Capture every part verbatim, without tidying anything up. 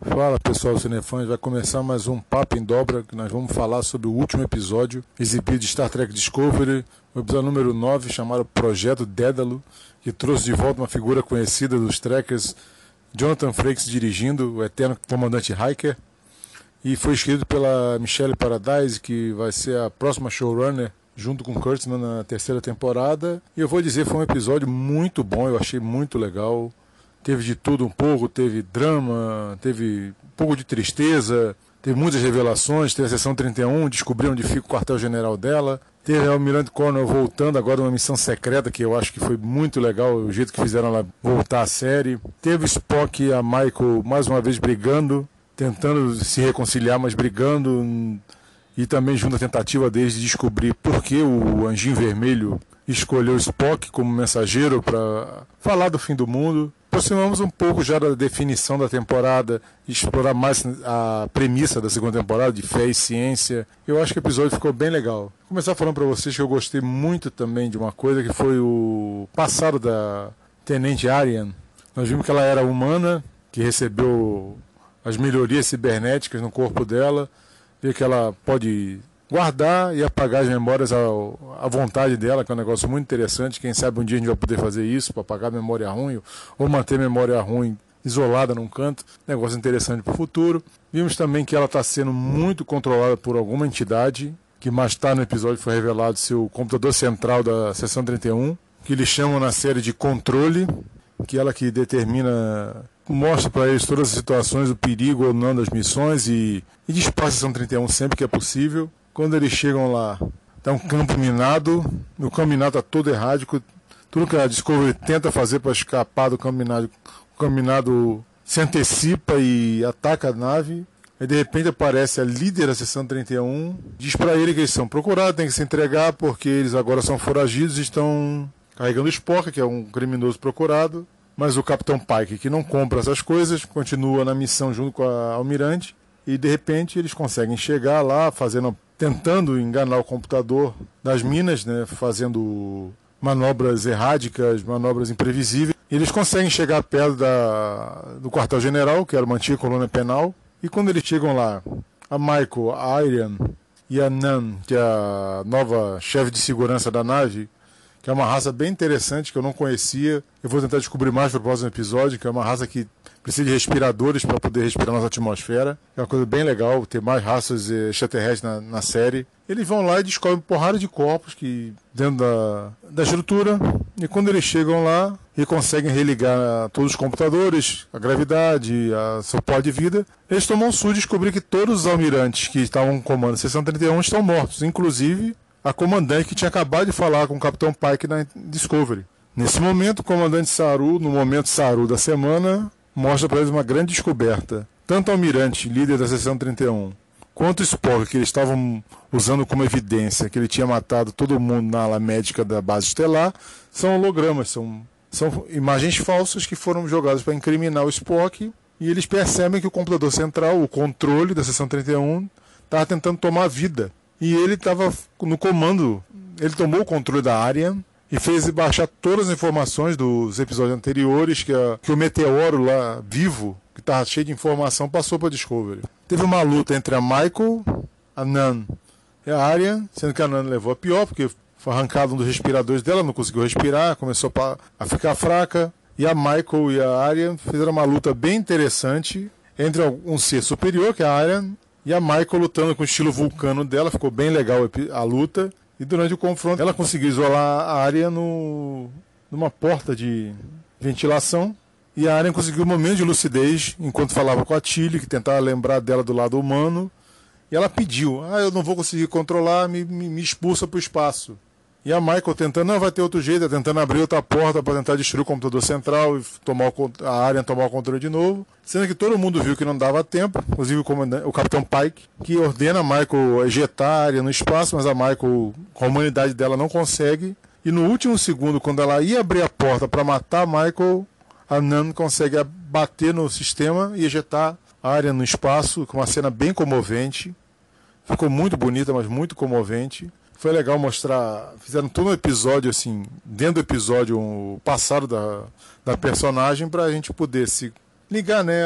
Fala pessoal cinefãs, vai começar mais um Papo em Dobra, que nós vamos falar sobre o último episódio exibido de Star Trek Discovery, o episódio número nove, chamado Projeto Dédalo, que trouxe de volta uma figura conhecida dos Trekkers, Jonathan Frakes dirigindo, o eterno comandante Riker, e foi escrito pela Michelle Paradise, que vai ser a próxima showrunner, junto com Kurtzman na terceira temporada. E eu vou dizer, foi um episódio muito bom, eu achei muito legal. Teve de tudo um pouco, teve drama, teve um pouco de tristeza, teve muitas revelações, teve a Seção trinta e um, descobriu onde fica o quartel-general dela, teve a Almirante Cornwell voltando agora numa missão secreta, que eu acho que foi muito legal, o jeito que fizeram ela voltar à série. Teve o Spock e a Michael mais uma vez brigando, tentando se reconciliar, mas brigando, e também junto à tentativa deles de descobrir por que o Anjinho Vermelho escolheu o Spock como mensageiro para falar do fim do mundo. Aproximamos um pouco já da definição da temporada, explorar mais a premissa da segunda temporada, de fé e ciência. Eu acho que o episódio ficou bem legal. Vou começar falando para vocês que eu gostei muito também de uma coisa, que foi o passado da Tenente Arian. Nós vimos que ela era humana, que recebeu as melhorias cibernéticas no corpo dela, vê que ela pode guardar e apagar as memórias à vontade dela, que é um negócio muito interessante. Quem sabe um dia a gente vai poder fazer isso, para apagar a memória ruim ou manter a memória ruim isolada num canto. Negócio interessante para o futuro. Vimos também que ela está sendo muito controlada por alguma entidade, que mais tarde no episódio foi revelado ser o computador central da Seção trinta e um, que eles chamam na série de controle, que ela que determina, mostra para eles todas as situações, o perigo ou não das missões, e, e despacha a Seção trinta e um sempre que é possível. Quando eles chegam lá, está um campo minado, o campo minado está todo errático, tudo que a Discovery tenta fazer para escapar do campo minado, o campo minado se antecipa e ataca a nave. Aí de repente aparece a líder da Seção trinta e um, diz para ele que eles são procurados, tem que se entregar porque eles agora são foragidos e estão carregando o Spock, que é um criminoso procurado. Mas o Capitão Pike, que não compra essas coisas, continua na missão junto com a Almirante, e de repente eles conseguem chegar lá, fazendo, tentando enganar o computador das minas, né, fazendo manobras erráticas, manobras imprevisíveis. E eles conseguem chegar perto da, do quartel-general, que era uma antiga colônia penal, e quando eles chegam lá, a Michael, a Arian e a Nan, que é a nova chefe de segurança da nave, que é uma raça bem interessante, que eu não conhecia. Eu vou tentar descobrir mais para o próximo episódio, que é uma raça que precisa de respiradores para poder respirar nossa atmosfera. É uma coisa bem legal, ter mais raças extraterrestres na, na série. Eles vão lá e descobrem porrada de corpos que, dentro da, da estrutura, e quando eles chegam lá e conseguem religar todos os computadores, a gravidade, a suporte de vida, eles tomam um susto de descobrir que todos os almirantes que estavam no comando da Seção trinta e um estão mortos, inclusive a comandante que tinha acabado de falar com o Capitão Pike na Discovery. Nesse momento, o comandante Saru, no momento Saru da semana, mostra para eles uma grande descoberta. Tanto o almirante, líder da Seção trinta e um, quanto o Spock, que eles estavam usando como evidência que ele tinha matado todo mundo na ala médica da base estelar, são hologramas, são, são imagens falsas que foram jogadas para incriminar o Spock, e eles percebem que o computador central, o controle da Seção trinta e um, estava tentando tomar vida. E ele estava no comando, ele tomou o controle da Arian e fez baixar todas as informações dos episódios anteriores, que, a, que o meteoro lá, vivo, que estava cheio de informação, passou para a Discovery. Teve uma luta entre a Michael, a Nan e a Arian, sendo que a Nan levou a pior, porque foi arrancado um dos respiradores dela, não conseguiu respirar, começou a ficar fraca. E a Michael e a Arian fizeram uma luta bem interessante entre um ser superior, que é a Arian, e a Michael lutando com o estilo vulcano dela. Ficou bem legal a luta. E durante o confronto ela conseguiu isolar a Arian no, numa porta de ventilação. E a Arian conseguiu um momento de lucidez enquanto falava com a Tilly, que tentava lembrar dela do lado humano. E ela pediu, ah, eu não vou conseguir controlar, me, me, me expulsa para o espaço. E a Michael tentando, não, vai ter outro jeito, tentando abrir outra porta para tentar destruir o computador central e tomar o, a Arian tomar o controle de novo. Sendo que todo mundo viu que não dava tempo, inclusive o, comandante, o Capitão Pike, que ordena a Michael ejetar a Arian no espaço, mas a Michael, com a humanidade dela, não consegue. E no último segundo, quando ela ia abrir a porta para matar a Michael, a Nan consegue bater no sistema e ejetar a Arian no espaço, com uma cena bem comovente. Ficou muito bonita, mas muito comovente. Foi legal mostrar, fizeram todo um episódio, assim, dentro do episódio, o passado da, da personagem, para a gente poder se ligar nela,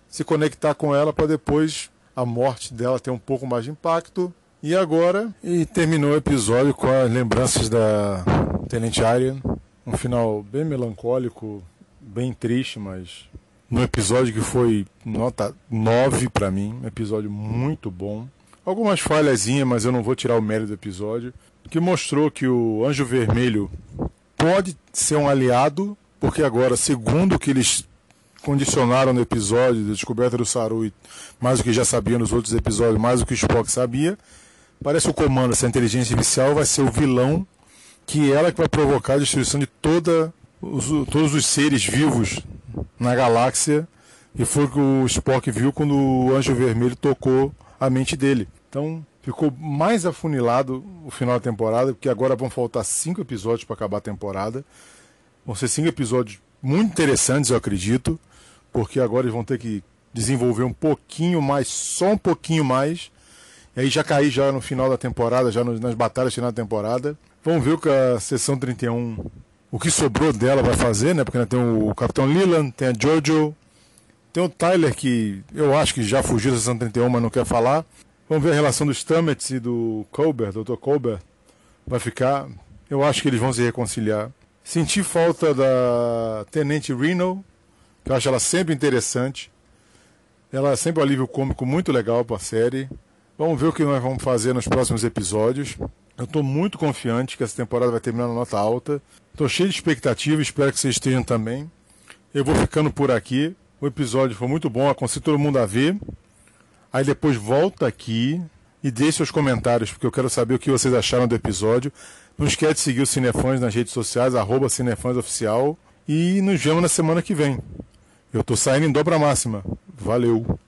se conectar com ela para depois a morte dela ter um pouco mais de impacto. E agora, e terminou o episódio com as lembranças da Tenente Arya, um final bem melancólico, bem triste, mas no episódio que foi nota nove para mim, um episódio muito bom. Algumas falhazinhas, mas eu não vou tirar o mérito do episódio, que mostrou que o Anjo Vermelho pode ser um aliado, porque agora, segundo o que eles condicionaram no episódio da descoberta do Saru, mais do que já sabia nos outros episódios, mais do que o Spock sabia, parece que o comando, essa inteligência artificial, vai ser o vilão, que é ela que vai provocar a destruição de toda, os, todos os seres vivos na galáxia, e foi o que o Spock viu quando o Anjo Vermelho tocou a mente dele. Então ficou mais afunilado o final da temporada, porque agora vão faltar cinco episódios para acabar a temporada. Vão ser cinco episódios muito interessantes, eu acredito, porque agora eles vão ter que desenvolver um pouquinho mais, só um pouquinho mais, e aí já cair já no final da temporada, já nas batalhas final da temporada. Vamos ver o que a Seção trinta e um, o que sobrou dela vai fazer, né? Porque ainda tem o Capitão Leland, tem a Jojo, tem o Tyler, que eu acho que já fugiu da Seção trinta e um, mas não quer falar. Vamos ver a relação do Stamets e do Colbert, doutor Colbert, vai ficar. Eu acho que eles vão se reconciliar. Senti falta da Tenente Reno, que eu acho ela sempre interessante. Ela é sempre um alívio cômico muito legal para a série. Vamos ver o que nós vamos fazer nos próximos episódios. Eu estou muito confiante que essa temporada vai terminar na nota alta. Estou cheio de expectativa, espero que vocês estejam também. Eu vou ficando por aqui. O episódio foi muito bom, aconselho todo mundo a ver. Aí depois volta aqui e deixe seus comentários, porque eu quero saber o que vocês acharam do episódio. Não esquece de seguir o Cinefãs nas redes sociais, arroba Cinefãs Oficial. E nos vemos na semana que vem. Eu estou saindo em dobra máxima. Valeu!